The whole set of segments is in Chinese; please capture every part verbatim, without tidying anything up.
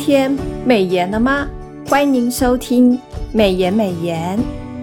天美言了吗？欢迎您收听美言美言。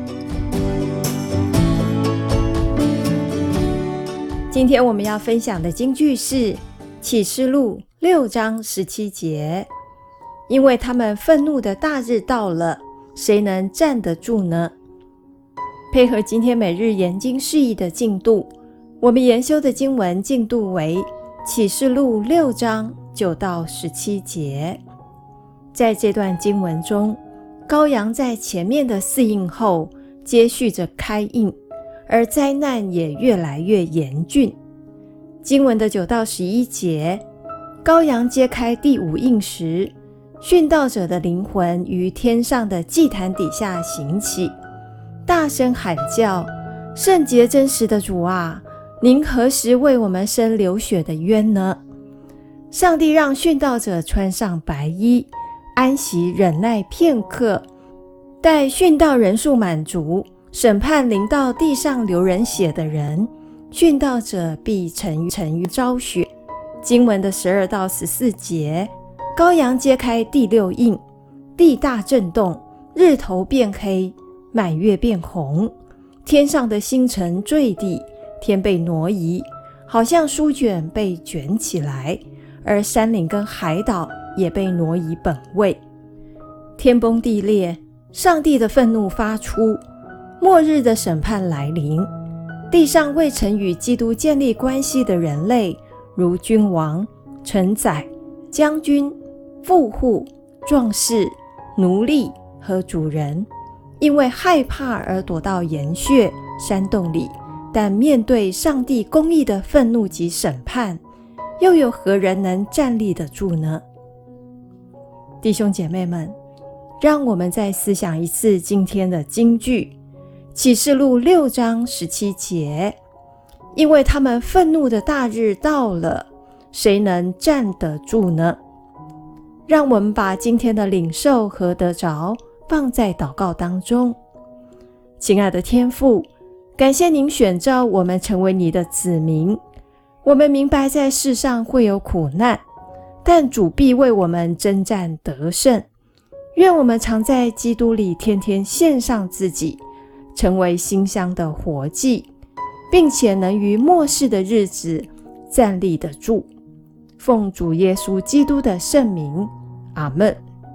今天我们要分享的金句是启示录六章十七节，因为他们愤怒的大日到了，谁能站得住呢？配合今天每日研经释义的进度，我们研修的经文进度为启示录六章九到十七节。在这段经文中，羔羊在前面的四印后接续着开印，而灾难也越来越严峻。经文的九到十一节，羔羊揭开第五印时，殉道者的灵魂于天上的祭坛底下行起，大声喊叫：圣洁真实的主啊，您何时为我们伸流血的冤呢？上帝让殉道者穿上白衣，安息忍耐片刻，待殉道人数满足，审判临到地上流人血的人，殉道者必沉沉于昭雪。经文的十二到十四节，羔羊揭开第六印，地大震动，日头变黑，满月变红，天上的星辰坠地，天被挪移，好像书卷被卷起来，而山岭跟海岛也被挪移本位。天崩地裂，上帝的愤怒发出，末日的审判来临。地上未曾与基督建立关系的人类，如君王、臣宰、将军、富户、壮士、奴隶和主人，因为害怕而躲到岩穴、山洞里，但面对上帝公义的愤怒及审判，又有何人能站立得住呢？弟兄姐妹们，让我们再思想一次今天的金句，启示录六章十七节，因为他们愤怒的大日到了，谁能站得住呢？让我们把今天的领受和得着放在祷告当中。亲爱的天父，感谢您选召我们成为你的子民，我们明白在世上会有苦难，但主必为我们征战得胜。愿我们常在基督里天天献上自己，成为馨香的活祭，并且能于末世的日子站立得住。奉主耶稣基督的圣名，阿们。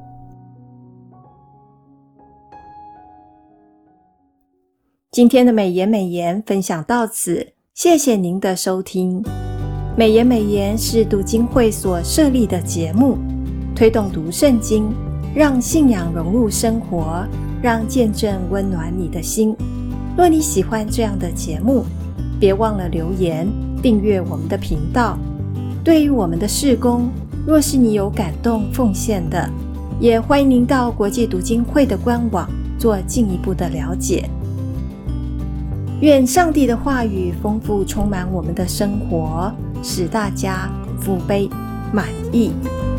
今天的美言美言分享到此，谢谢您的收听。美言美言是读经会所设立的节目，推动读圣经，让信仰融入生活，让见证温暖你的心。若你喜欢这样的节目，别忘了留言订阅我们的频道。对于我们的事工，若是你有感动奉献的，也欢迎您到国际读经会的官网做进一步的了解。愿上帝的话语丰富充满我们的生活，使大家福杯满溢。